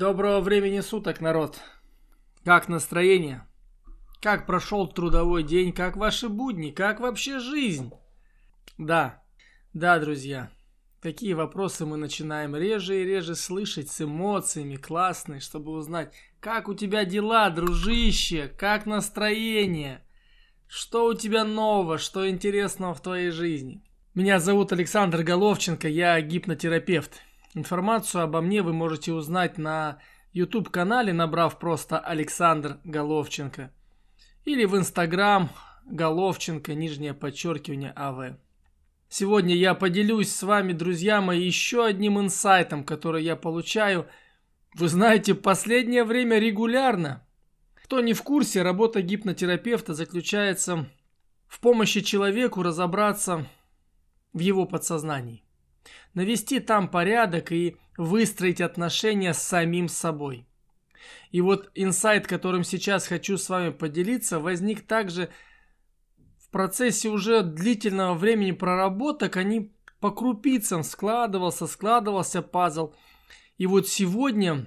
Доброго времени суток, народ. Как настроение? Как прошел трудовой день? Как ваши будни? Как вообще жизнь? Да, друзья. Такие вопросы мы начинаем реже и реже слышать с эмоциями, классные, чтобы узнать, как у тебя дела, дружище, как настроение, что у тебя нового, что интересного в твоей жизни. Меня зовут Александр Головченко, я гипнотерапевт. Информацию обо мне вы можете узнать на YouTube-канале, набрав просто Александр Головченко. Или в Instagram Головченко, _ АВ. Сегодня я поделюсь с вами, друзья мои, еще одним инсайтом, который я получаю, вы знаете, в последнее время регулярно. Кто не в курсе, работа гипнотерапевта заключается в помощи человеку разобраться в его подсознании. Навести там порядок и выстроить отношения с самим собой. И вот инсайт, которым сейчас хочу с вами поделиться, возник также в процессе уже длительного времени проработок. Они по крупицам складывался пазл. И вот сегодня,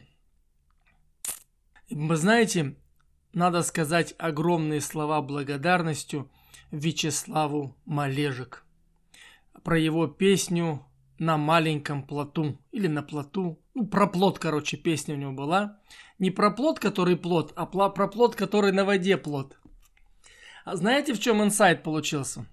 вы знаете, надо сказать огромные слова благодарностью Вячеславу Малежик про его песню «На маленьком плоту» или «На плоту». Про плот, песня у него была. Не про плот, который плот, а про плот, который на воде плот. А знаете, в чем инсайт получился?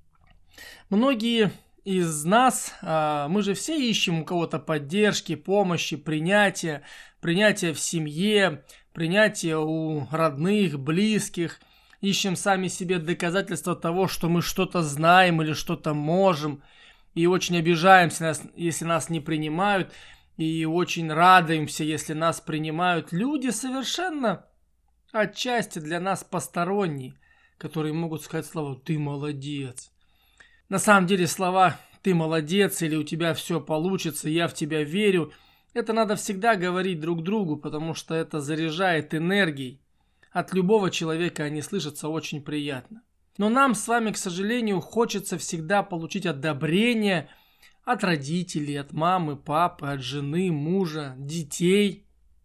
Многие из нас, мы же все ищем у кого-то поддержки, помощи, принятия в семье, принятия у родных, близких. Ищем сами себе доказательства того, что мы что-то знаем или что-то можем. И очень обижаемся, если нас не принимают. И очень радуемся, если нас принимают люди совершенно отчасти для нас посторонние, которые могут сказать слова «ты молодец». На самом деле слова «ты молодец» или «у тебя все получится», «я в тебя верю» — это надо всегда говорить друг другу, потому что это заряжает энергией. От любого человека они слышатся очень приятно. Но нам с вами, к сожалению, хочется всегда получить одобрение от родителей, от мамы, папы, от жены, мужа, детей.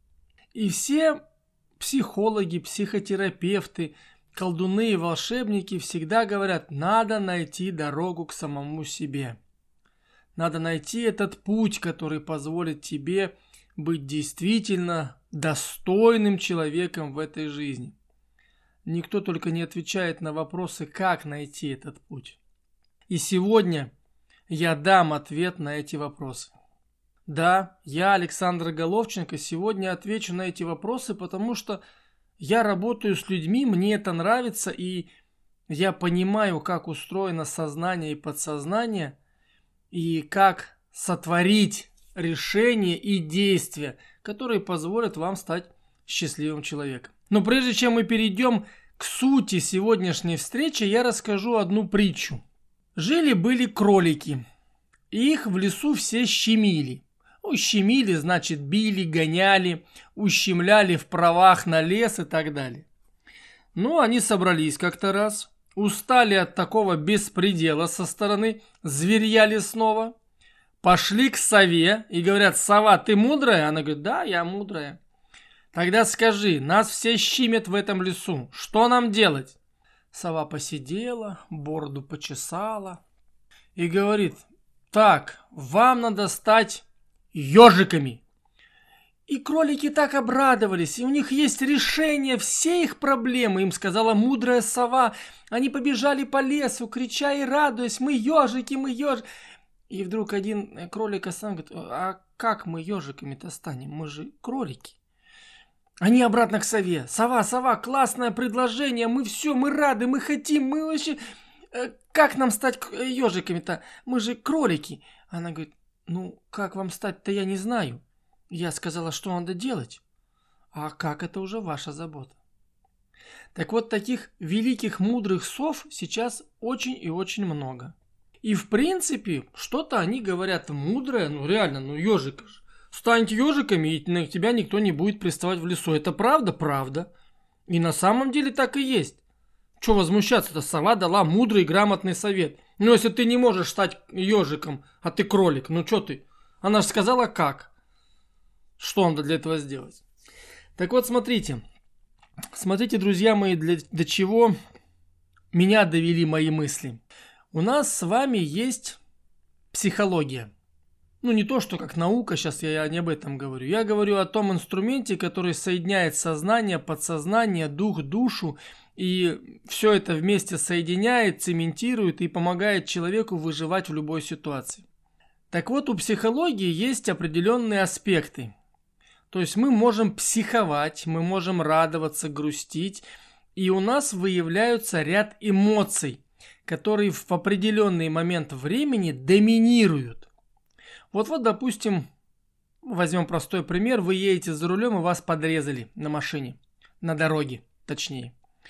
И все психологи, психотерапевты, колдуны и волшебники всегда говорят: надо найти дорогу к самому себе. Надо найти этот путь, который позволит тебе быть действительно достойным человеком в этой жизни. Никто только не отвечает на вопросы, как найти этот путь. И сегодня я дам ответ на эти вопросы. Да, я, Александр Головченко, сегодня отвечу на эти вопросы, потому что я работаю с людьми, мне это нравится, и я понимаю, как устроено сознание и подсознание, и как сотворить решения и действия, которые позволят вам стать счастливым человеком. Но прежде чем мы перейдем к сути сегодняшней встречи, я расскажу одну притчу. Жили-были кролики, и их в лесу все щемили. Щемили, значит, били, гоняли, ущемляли в правах на лес и так далее. Они собрались как-то раз, устали от такого беспредела со стороны зверья лесного, пошли к сове и говорят: «Сова, ты мудрая?» Она говорит: «Да, я мудрая». «Тогда скажи, нас все щемят в этом лесу. Что нам делать?» Сова посидела, бороду почесала и говорит: «Так, вам надо стать ежиками». И кролики так обрадовались, и у них есть решение всей их проблемы, им сказала мудрая сова. Они побежали по лесу, крича и радуясь: «Мы ежики, мы ежики». И вдруг один кролик остановился, говорит: «А как мы ежиками-то станем? Мы же кролики». Они обратно к сове: «Сова, классное предложение, мы рады, мы хотим, мы вообще... Как нам стать ежиками-то? Мы же кролики». Она говорит: как вам стать-то, я не знаю. Я сказала, что надо делать. А как, это уже ваша забота. Так вот, таких великих мудрых сов сейчас очень и очень много. И в принципе, что-то они говорят мудрое, реально, ежик же. Станьте ежиками, и на тебя никто не будет приставать в лесу. Это правда? Правда. И на самом деле так и есть. Че возмущаться-то? Сова дала мудрый и грамотный совет. Если ты не можешь стать ежиком, а ты кролик, что ты? Она же сказала как. Что надо для этого сделать? Так вот, смотрите, друзья мои, до чего меня довели мои мысли. У нас с вами есть психология. Не то, что как наука, сейчас я не об этом говорю. Я говорю о том инструменте, который соединяет сознание, подсознание, дух, душу. И все это вместе соединяет, цементирует и помогает человеку выживать в любой ситуации. Так вот, у психологии есть определенные аспекты. То есть мы можем психовать, мы можем радоваться, грустить. И у нас выявляются ряд эмоций, которые в определенный момент времени доминируют. Вот, допустим, возьмем простой пример. Вы едете за рулем и вас подрезали на машине, на дороге точнее.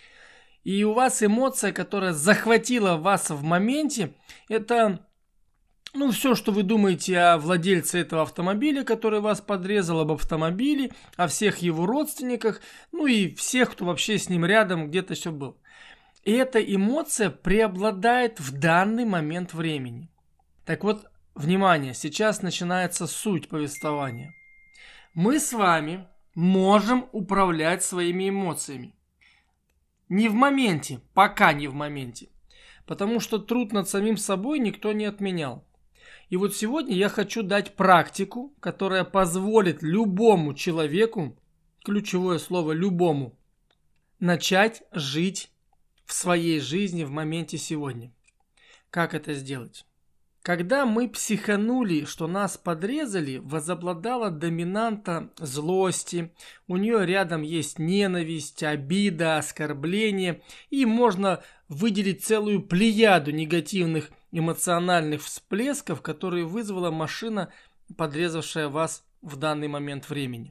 И у вас эмоция, которая захватила вас в моменте, это все, что вы думаете о владельце этого автомобиля, который вас подрезал, об автомобиле, о всех его родственниках, и всех, кто вообще с ним рядом где-то все был. И эта эмоция преобладает в данный момент времени. Так вот, внимание, сейчас начинается суть повествования. Мы с вами можем управлять своими эмоциями. Не в моменте, пока не в моменте. Потому что труд над самим собой никто не отменял. И вот сегодня я хочу дать практику, которая позволит любому человеку, ключевое слово любому, начать жить в своей жизни в моменте сегодня. Как это сделать? Когда мы психанули, что нас подрезали, возобладала доминанта злости, у нее рядом есть ненависть, обида, оскорбление, и можно выделить целую плеяду негативных эмоциональных всплесков, которые вызвала машина, подрезавшая вас в данный момент времени.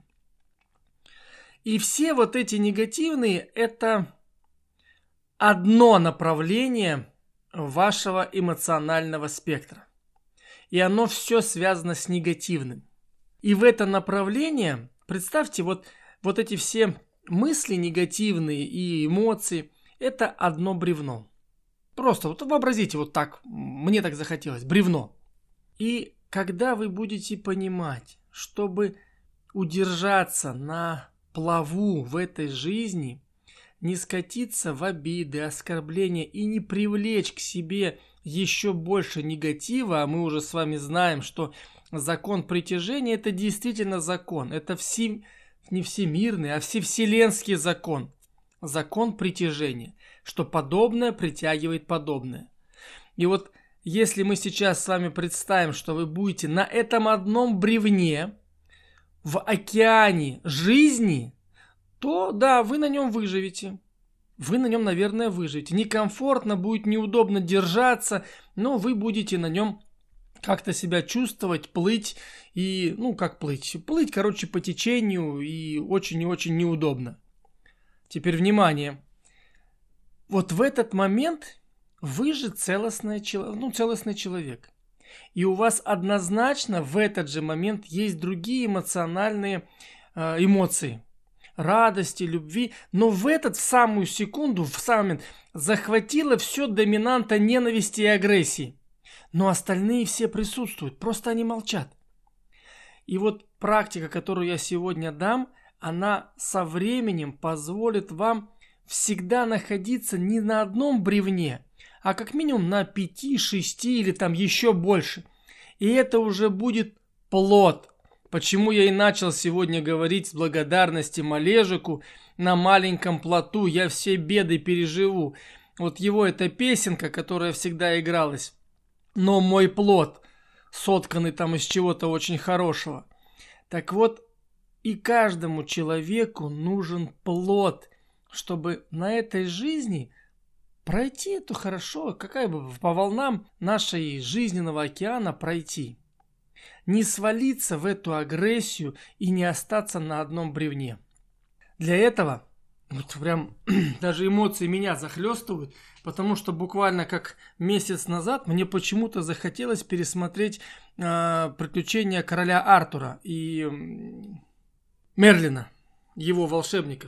И все вот эти негативные – это одно направление вашего эмоционального спектра. И оно все связано с негативным. И в это направление, представьте, вот эти все мысли негативные и эмоции – это одно бревно. Просто вообразите вот так, мне так захотелось, бревно. И когда вы будете понимать, чтобы удержаться на плаву в этой жизни, не скатиться в обиды, оскорбления и не привлечь к себе еще больше негатива, а мы уже с вами знаем, что закон притяжения – это действительно закон. Это не всемирный, а всевселенский закон. Закон притяжения, что подобное притягивает подобное. И вот если мы сейчас с вами представим, что вы будете на этом одном бревне в океане жизни, то да, вы на нем выживете. Вы на нем, наверное, выживете. Некомфортно будет, неудобно держаться, но вы будете на нем как-то себя чувствовать, плыть. И, как плыть? Плыть, по течению и очень и очень неудобно. Теперь внимание. Вот в этот момент вы же целостный человек. И у вас однозначно в этот же момент есть другие эмоциональные эмоции. Радости, любви. Но в самую секунду, в самый момент захватило все доминанта ненависти и агрессии. Но остальные все присутствуют, просто они молчат. И вот практика, которую я сегодня дам, она со временем позволит вам всегда находиться не на одном бревне, а как минимум на 5, 6 или там еще больше. И это уже будет плод. Почему я и начал сегодня говорить с благодарности Малежику на маленьком плоту. Я все беды переживу. Вот его эта песенка, которая всегда игралась. Но мой плод, сотканный там из чего-то очень хорошего. Так вот, и каждому человеку нужен плод, чтобы на этой жизни пройти эту хорошо, какая бы по волнам нашей жизненного океана пройти. Не свалиться в эту агрессию и не остаться на одном бревне. Для этого прям даже эмоции меня захлестывают, потому что буквально как месяц назад мне почему-то захотелось пересмотреть приключения короля Артура и Мерлина, его волшебника.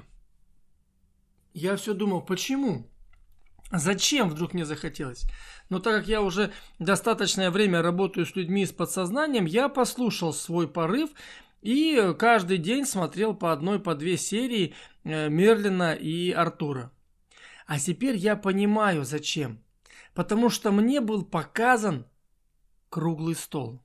Я все думал, почему? Зачем вдруг мне захотелось? Но так как я уже достаточное время работаю с людьми с подсознанием, я послушал свой порыв И каждый день смотрел по одной, по две серии Мерлина и Артура. А теперь я понимаю, зачем. Потому что мне был показан круглый стол.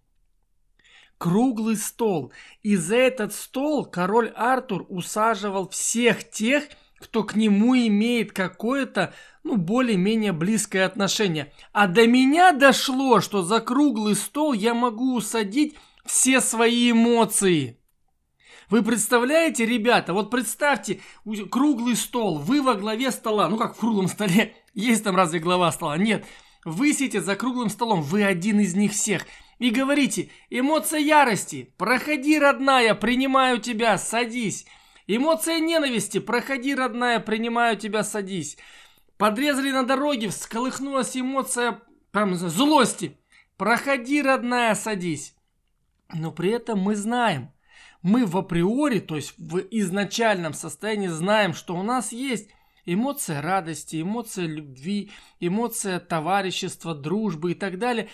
Круглый стол. И за этот стол король Артур усаживал всех тех, кто к нему имеет какое-то, более-менее близкое отношение. А до меня дошло, что за круглый стол я могу усадить все свои эмоции. Вы представляете, ребята, вот представьте, круглый стол, вы во главе стола, как в круглом столе, есть там разве глава стола? Нет, вы сидите за круглым столом, вы один из них всех. И говорите: эмоция ярости, проходи, родная, принимаю тебя, садись. Эмоция ненависти, проходи, родная, принимаю тебя, садись. Подрезали на дороге, всколыхнулась эмоция злости. Проходи, родная, садись. Но при этом мы знаем, мы в априори, то есть в изначальном состоянии знаем, что у нас есть эмоция радости, эмоция любви, эмоция товарищества, дружбы и так далее.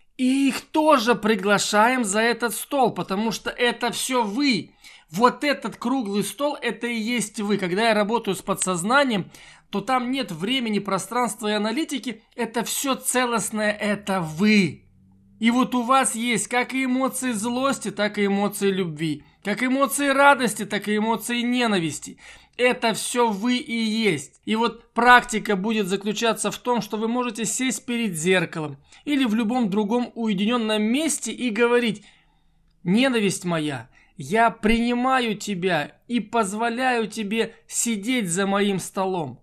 И их тоже приглашаем за этот стол, потому что это все вы. Вот этот круглый стол, это и есть вы. Когда я работаю с подсознанием, то там нет времени, пространства и аналитики. Это все целостное, это вы. И вот у вас есть как и эмоции злости, так и эмоции любви. Как эмоции радости, так и эмоции ненависти. Это все вы и есть. И вот практика будет заключаться в том, что вы можете сесть перед зеркалом или в любом другом уединенном месте и говорить: ненависть моя, я принимаю тебя и позволяю тебе сидеть за моим столом.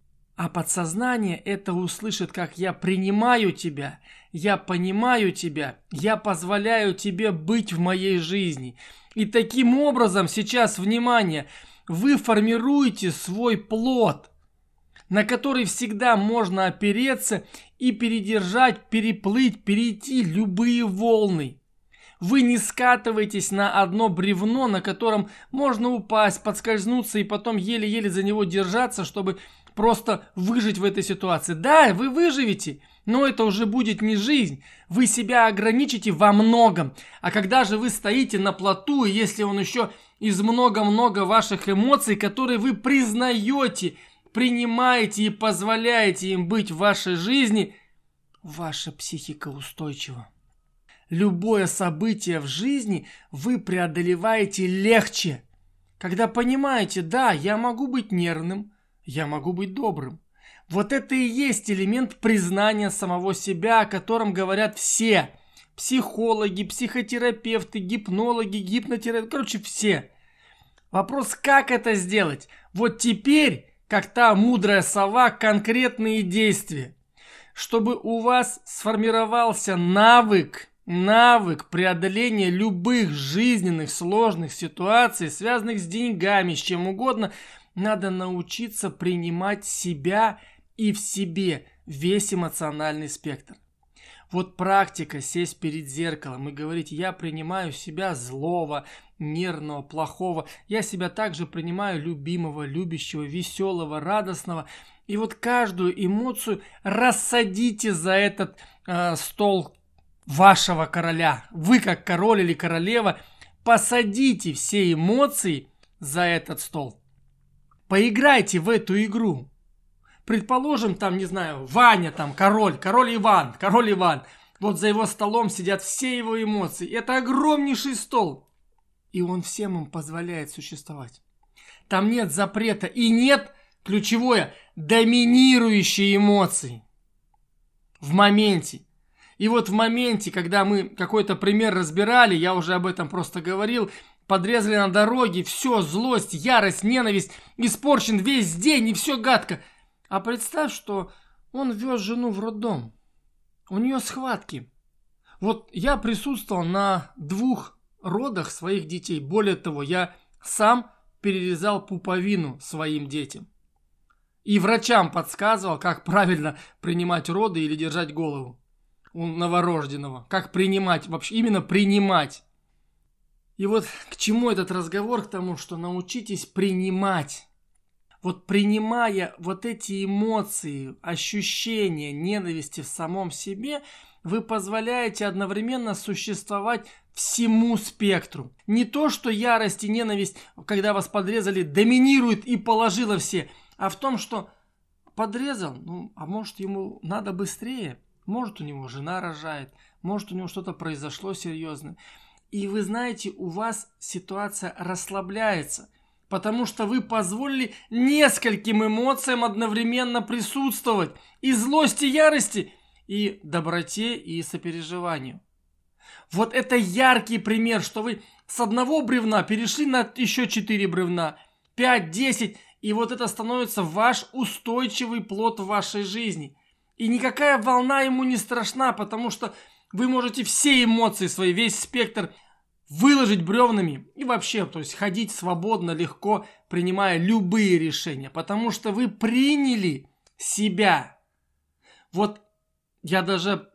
А подсознание это услышит, как я принимаю тебя, я понимаю тебя, я позволяю тебе быть в моей жизни. И таким образом, сейчас, внимание, вы формируете свой плод, на который всегда можно опереться и передержать, переплыть, перейти любые волны. Вы не скатываетесь на одно бревно, на котором можно упасть, подскользнуться и потом еле-еле за него держаться, чтобы просто выжить в этой ситуации. Да, вы выживете, но это уже будет не жизнь. Вы себя ограничите во многом. А когда же вы стоите на плоту, и если он еще из много-много ваших эмоций, которые вы признаете, принимаете и позволяете им быть в вашей жизни, ваша психика устойчива. Любое событие в жизни вы преодолеваете легче, когда понимаете: да, я могу быть нервным, я могу быть добрым. Вот это и есть элемент признания самого себя, о котором говорят все. Психологи, психотерапевты, гипнологи, гипнотерапевты, все. Вопрос, как это сделать? Вот теперь, как та мудрая сова, конкретные действия. Чтобы у вас сформировался навык преодоления любых жизненных сложных ситуаций, связанных с деньгами, с чем угодно, надо научиться принимать себя и в себе весь эмоциональный спектр. Вот практика сесть перед зеркалом и говорить: я принимаю себя злого, нервного, плохого, я себя также принимаю любимого, любящего, веселого, радостного. И вот каждую эмоцию рассадите за этот стол вашего короля. Вы, как король или королева, посадите все эмоции за этот стол. Поиграйте в эту игру. Предположим, там, не знаю, Ваня, там, король Иван. Вот за его столом сидят все его эмоции. Это огромнейший стол. И он всем им позволяет существовать. Там нет запрета и нет, ключевое, доминирующей эмоции. В моменте. И вот в моменте, когда мы какой-то пример разбирали, я уже об этом просто говорил, подрезали на дороге, все, злость, ярость, ненависть, испорчен весь день и все гадко. А представь, что он вез жену в роддом. У нее схватки. Вот я присутствовал на 2 родах своих детей. Более того, я сам перерезал пуповину своим детям. И врачам подсказывал, как правильно принимать роды или держать голову у новорожденного. Как принимать, вообще именно принимать. И вот к чему этот разговор? К тому, что научитесь принимать. Вот принимая вот эти эмоции, ощущения ненависти в самом себе, вы позволяете одновременно существовать всему спектру. Не то, что ярость и ненависть, когда вас подрезали, доминирует и положила все, а в том, что подрезал, а может ему надо быстрее, может у него жена рожает, может у него что-то произошло серьезное. И вы знаете, у вас ситуация расслабляется, потому что вы позволили нескольким эмоциям одновременно присутствовать. И злости, и ярости, и доброте, и сопереживанию. Вот это яркий пример, что вы с одного бревна перешли на еще 4 бревна, 5, 10, и вот это становится ваш устойчивый плод в вашей жизни. И никакая волна ему не страшна, потому что вы можете все эмоции свои, весь спектр выложить бревнами и вообще, то есть ходить свободно, легко, принимая любые решения, потому что вы приняли себя. Вот я даже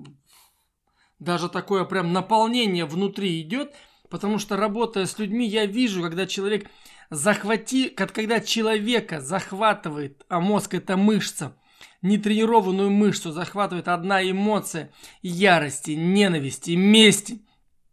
такое прям наполнение внутри идет, потому что работая с людьми, я вижу, когда человека захватывает, а мозг это мышца, нетренированную мышцу захватывает одна эмоция ярости, ненависти, мести.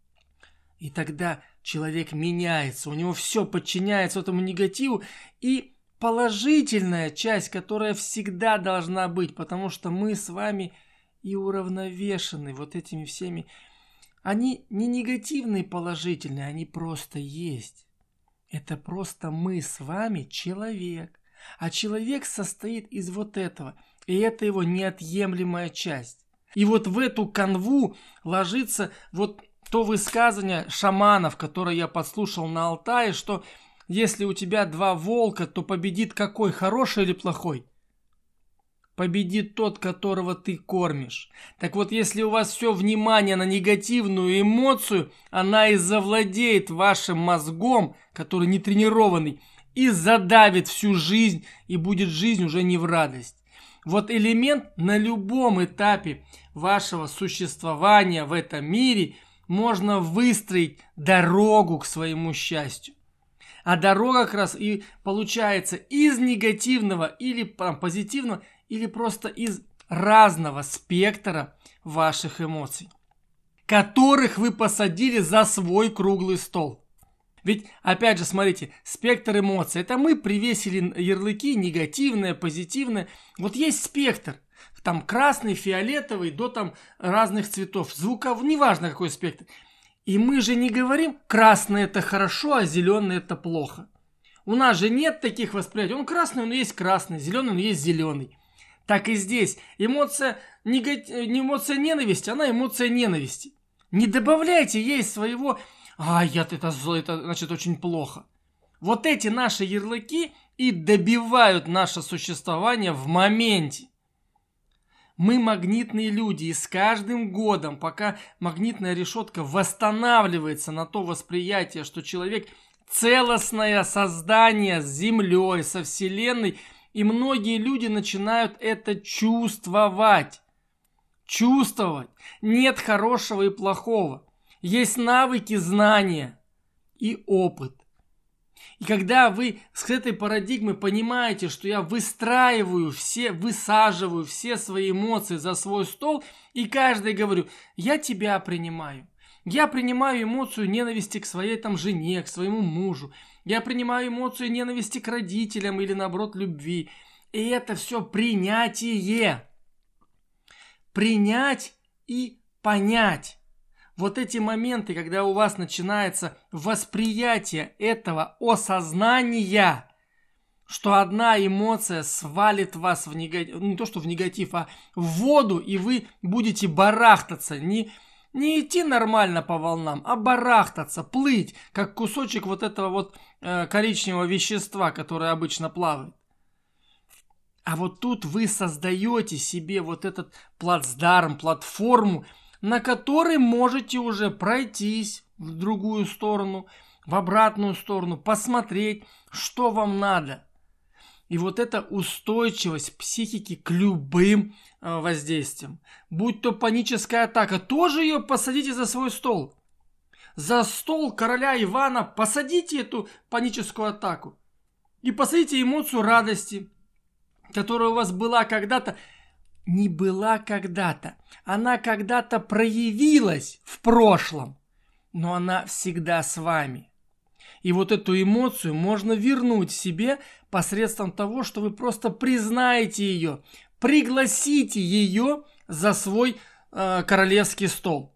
И тогда человек меняется, у него все подчиняется этому негативу, и положительная часть, которая всегда должна быть, потому что мы с вами и уравновешены вот этими всеми. Они не негативные, положительные, они просто есть. Это просто мы с вами человек. А человек состоит из вот этого. И это его неотъемлемая часть. И вот в эту канву ложится вот то высказывание шаманов, которое я подслушал на Алтае, что если у тебя 2 волка, то победит какой, хороший или плохой? Победит тот, которого ты кормишь. Так вот, если у вас все внимание на негативную эмоцию, она и завладеет вашим мозгом, который не тренированный, и задавит всю жизнь, и будет жизнь уже не в радость. Вот элемент на любом этапе вашего существования в этом мире можно выстроить дорогу к своему счастью. А дорога как раз и получается из негативного или позитивного, или просто из разного спектра ваших эмоций, которых вы посадили за свой круглый стол. Ведь, опять же, смотрите, спектр эмоций, это мы привесили ярлыки негативное, позитивное. Вот есть спектр, там красный, фиолетовый, до там разных цветов, звуков, неважно какой спектр. И мы же не говорим, красный это хорошо, а зеленый это плохо. У нас же нет таких восприятий. Он красный, он есть красный, зеленый, он есть зеленый. Так и здесь. Эмоция ненависти, она эмоция ненависти. Не добавляйте ей своего, это зло, это значит очень плохо. Вот эти наши ярлыки и добивают наше существование в моменте. Мы магнитные люди, и с каждым годом, пока магнитная решетка восстанавливается на то восприятие, что человек целостное создание с Землей, со Вселенной, и многие люди начинают это чувствовать. Чувствовать. Нет хорошего и плохого. Есть навыки, знания и опыт. И когда вы с этой парадигмы понимаете, что я высаживаю все свои эмоции за свой стол, и каждый говорю, я тебя принимаю. Я принимаю эмоцию ненависти к своей жене, к своему мужу. Я принимаю эмоцию ненависти к родителям или наоборот любви. И это все принятие. Принять и понять. Вот эти моменты, когда у вас начинается восприятие этого осознания, что одна эмоция свалит вас в негатив, не то что в негатив, а в воду, и вы будете барахтаться, не идти нормально по волнам, а барахтаться, плыть, как кусочек вот этого коричневого вещества, которое обычно плавает. А вот тут вы создаете себе вот этот плацдарм, платформу, на которой можете уже пройтись в другую сторону, в обратную сторону, посмотреть, что вам надо. И вот эта устойчивость психики к любым воздействиям, будь то паническая атака, тоже ее посадите за свой стол. За стол короля Ивана посадите эту паническую атаку. И посадите эмоцию радости, которая у вас была когда-то. Не была когда-то. Она когда-то проявилась в прошлом. но она всегда с вами. И вот эту эмоцию можно вернуть себе посредством того, что вы просто признаете ее, пригласите ее за свой королевский стол.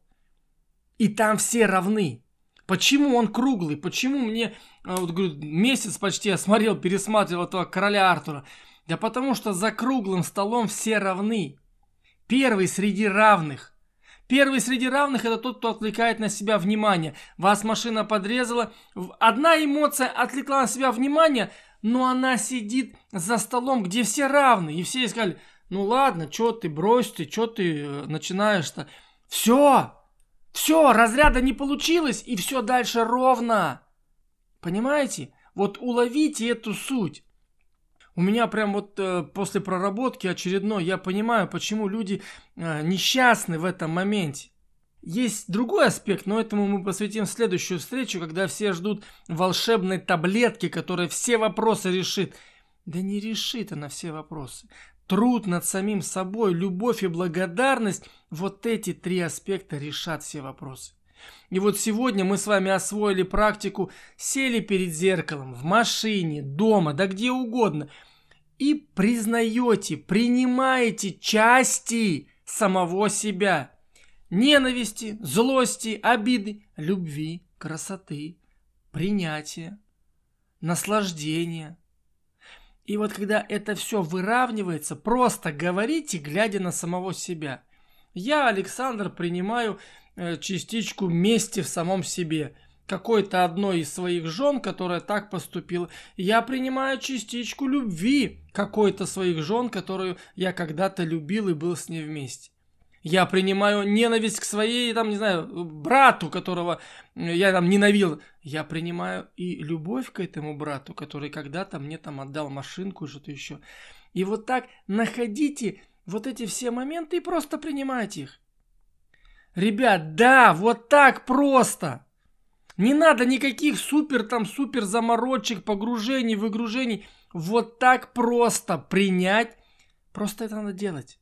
И там все равны. Почему он круглый? Почему мне, вот, говорю, месяц почти я смотрел, пересматривал этого короля Артура? Да потому что за круглым столом все равны. Первый среди равных. Первый среди равных — это тот, кто отвлекает на себя внимание. Вас машина подрезала, одна эмоция отвлекла на себя внимание, но она сидит за столом, где все равны. И все сказали: ну ладно, что ты, брось ты, что ты начинаешь-то? Все, разряда не получилось, и все дальше ровно. Понимаете? Вот уловите эту суть. У меня прям вот после проработки очередной, я понимаю, почему люди несчастны в этом моменте. Есть другой аспект, но этому мы посвятим следующую встречу, когда все ждут волшебной таблетки, которая все вопросы решит. Да не решит она все вопросы. Труд над самим собой, любовь и благодарность — вот эти три аспекта решат все вопросы. И вот сегодня мы с вами освоили практику, сели перед зеркалом, в машине, дома, да где угодно, и признаете, принимаете части самого себя. Ненависти, злости, обиды, любви, красоты, принятия, наслаждения. И вот когда это все выравнивается, просто говорите, глядя на самого себя. Я, Александр, принимаю частичку мести в самом себе. Какой-то одной из своих жен, которая так поступила. Я принимаю частичку любви какой-то своих жен, которую я когда-то любил и был с ней вместе. Я принимаю ненависть к своей, там, не знаю, брату, которого я там ненавидел. Я принимаю и любовь к этому брату, который когда-то мне там отдал машинку и что-то еще. И вот так находите вот эти все моменты и просто принимайте их. Ребят, да, вот так просто. Не надо никаких супер заморочек, погружений, выгружений. Вот так просто принять. Просто это надо делать.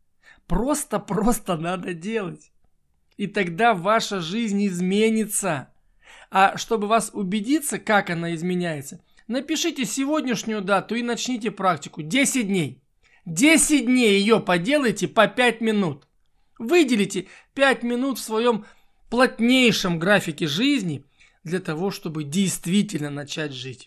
Просто надо делать. И тогда ваша жизнь изменится. А чтобы вас убедиться, как она изменяется, напишите сегодняшнюю дату и начните практику. 10 дней. 10 дней ее поделайте по 5 минут. Выделите 5 минут в своем плотнейшем графике жизни для того, чтобы действительно начать жить.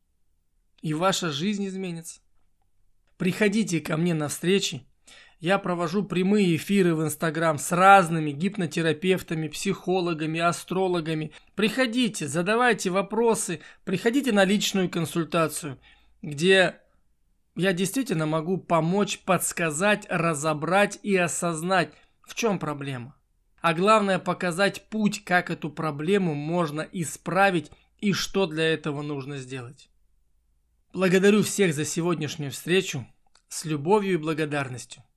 И ваша жизнь изменится. Приходите ко мне на встречи. Я провожу прямые эфиры в Инстаграм с разными гипнотерапевтами, психологами, астрологами. Приходите, задавайте вопросы, приходите на личную консультацию, где я действительно могу помочь, подсказать, разобрать и осознать, в чем проблема. А главное, показать путь, как эту проблему можно исправить и что для этого нужно сделать. Благодарю всех за сегодняшнюю встречу. С любовью и благодарностью.